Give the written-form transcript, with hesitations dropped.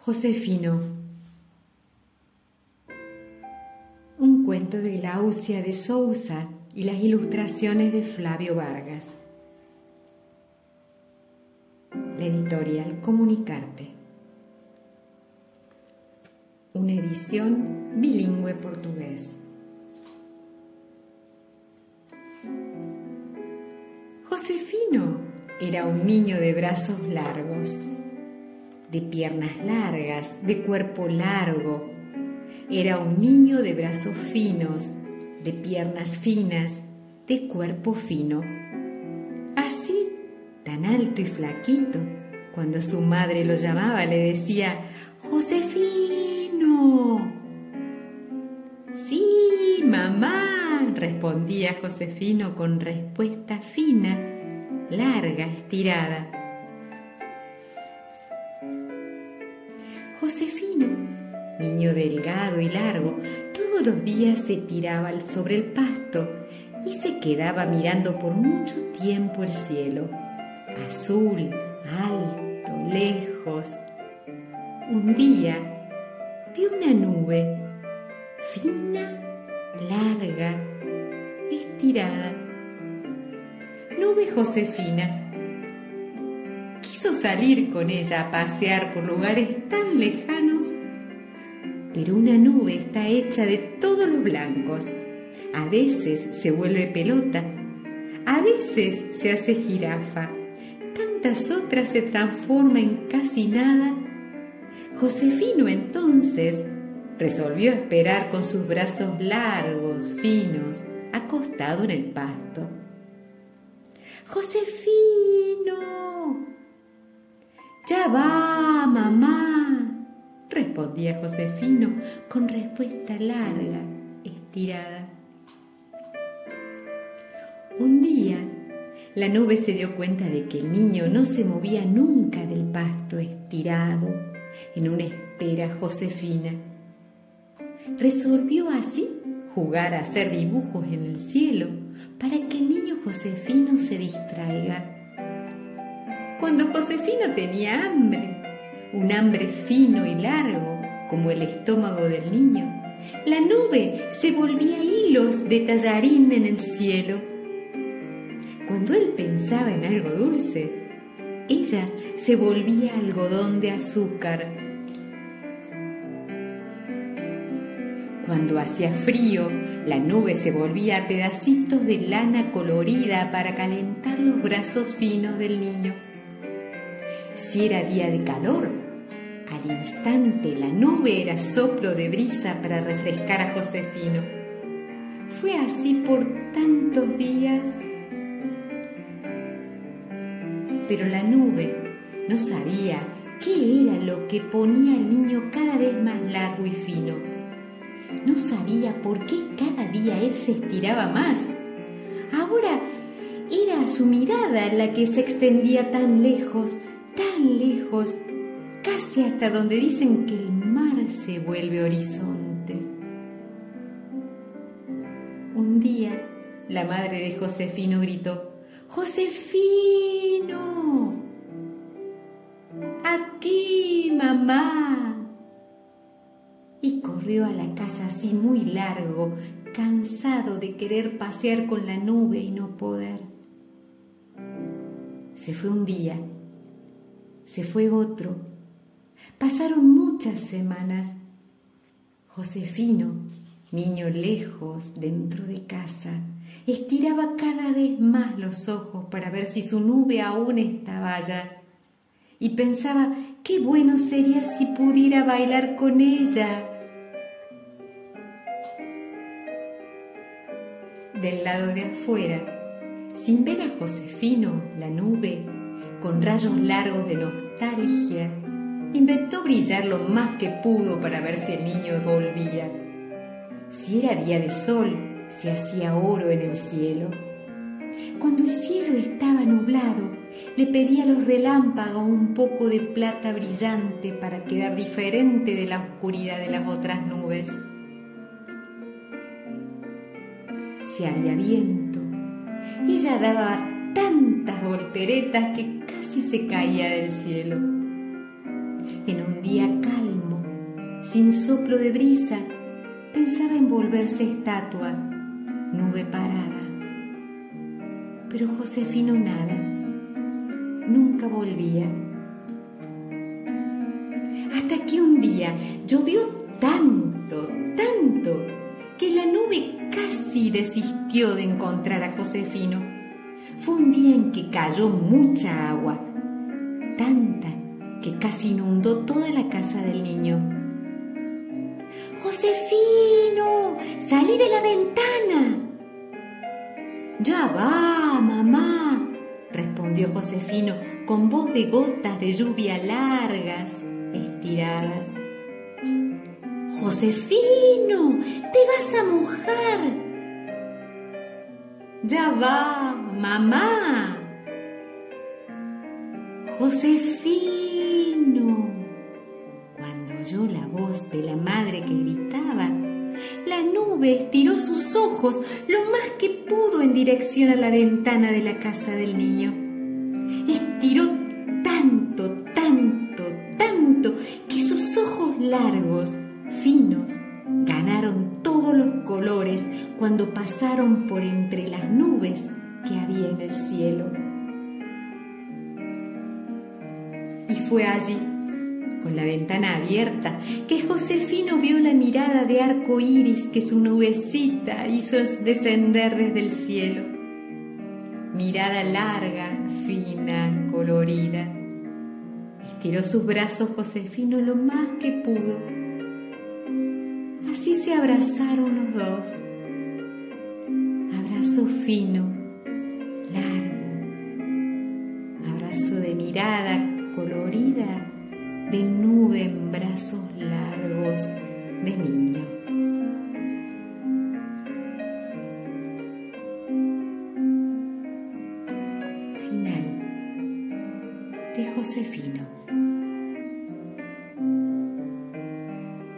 Josefino. Un cuento de Glaucia de Sousa y las ilustraciones de Flavio Vargas. La editorial Comunicarte. Una edición bilingüe portugués. Josefino era un niño de brazos largos, de piernas largas, de cuerpo largo. Era un niño de brazos finos, de piernas finas, de cuerpo fino. Así, tan alto y flaquito, cuando su madre lo llamaba le decía: «¡Josefino!». «Sí, mamá», respondía Josefino con respuesta fina, larga, estirada. Josefino, niño delgado y largo, todos los días se tiraba sobre el pasto y se quedaba mirando por mucho tiempo el cielo, azul, alto, lejos. Un día vio una nube, fina, larga, estirada. Nube Josefina. Quiso salir con ella a pasear por lugares tan lejanos, pero una nube está hecha de todos los blancos. A veces se vuelve pelota, a veces se hace jirafa, tantas otras se transforma en casi nada. Josefino entonces resolvió esperar con sus brazos largos, finos, acostado en el pasto. «¡Josefino!». «Ya va, mamá», respondía Josefino con respuesta larga, estirada. Un día, la nube se dio cuenta de que el niño no se movía nunca del pasto estirado en una espera josefina. Resolvió así jugar a hacer dibujos en el cielo para que el niño Josefino se distraiga. Cuando Josefino tenía hambre, un hambre fino y largo como el estómago del niño, la nube se volvía hilos de tallarín en el cielo. Cuando él pensaba en algo dulce, ella se volvía algodón de azúcar. Cuando hacía frío, la nube se volvía pedacitos de lana colorida para calentar los brazos finos del niño. Si era día de calor, al instante la nube era soplo de brisa para refrescar a Josefino. Fue así por tantos días. Pero la nube no sabía qué era lo que ponía al niño cada vez más largo y fino. No sabía por qué cada día él se estiraba más. Ahora era su mirada la que se extendía tan lejos, casi hasta donde dicen que el mar se vuelve horizonte. Un día, la madre de Josefino gritó: «¡Josefino! ¡Aquí, mamá!». Y corrió a la casa así muy largo, cansado de querer pasear con la nube y no poder. Se fue un día, se fue otro. Pasaron muchas semanas. Josefino, niño lejos dentro de casa, estiraba cada vez más los ojos para ver si su nube aún estaba allá. Y pensaba qué bueno sería si pudiera bailar con ella. Del lado de afuera, sin ver a Josefino, la nube, con rayos largos de nostalgia, inventó brillar lo más que pudo para ver si el niño volvía. Si era día de sol, se hacía oro en el cielo. Cuando el cielo estaba nublado, le pedía a los relámpagos un poco de plata brillante para quedar diferente de la oscuridad de las otras nubes. Si había viento, ella daba tantas volteretas que casi se caía del cielo. En un día calmo, sin soplo de brisa, pensaba en volverse estatua, nube parada. Pero Josefino nada, nunca volvía. Hasta que un día llovió tanto, que la nube casi desistió de encontrar a Josefino. Fue un día en que cayó mucha agua, tanta que casi inundó toda la casa del niño. ¡Josefino! ¡Salí de la ventana! ¡Ya va, mamá!, respondió Josefino con voz de gotas de lluvia largas, estiradas. ¡Josefino! ¡Te vas a mojar! ¡Ya va, mamá! ¡Josefino! Cuando oyó la voz de la madre que gritaba, la nube estiró sus ojos lo más que pudo en dirección a la ventana de la casa del niño. Estiró tanto, que sus ojos largos, finos, ganaron todos los colores cuando pasaron por entre las nubes que había en el cielo. Y fue allí, con la ventana abierta, que Josefino vio la mirada de arco iris que su nubecita hizo descender desde el cielo. Mirada larga, fina, colorida. Estiró sus brazos Josefino lo más que pudo. Así se abrazaron los dos. Abrazo fino, largo. Abrazo de mirada colorida, de nube en brazos largos de niño. Final de Josefino.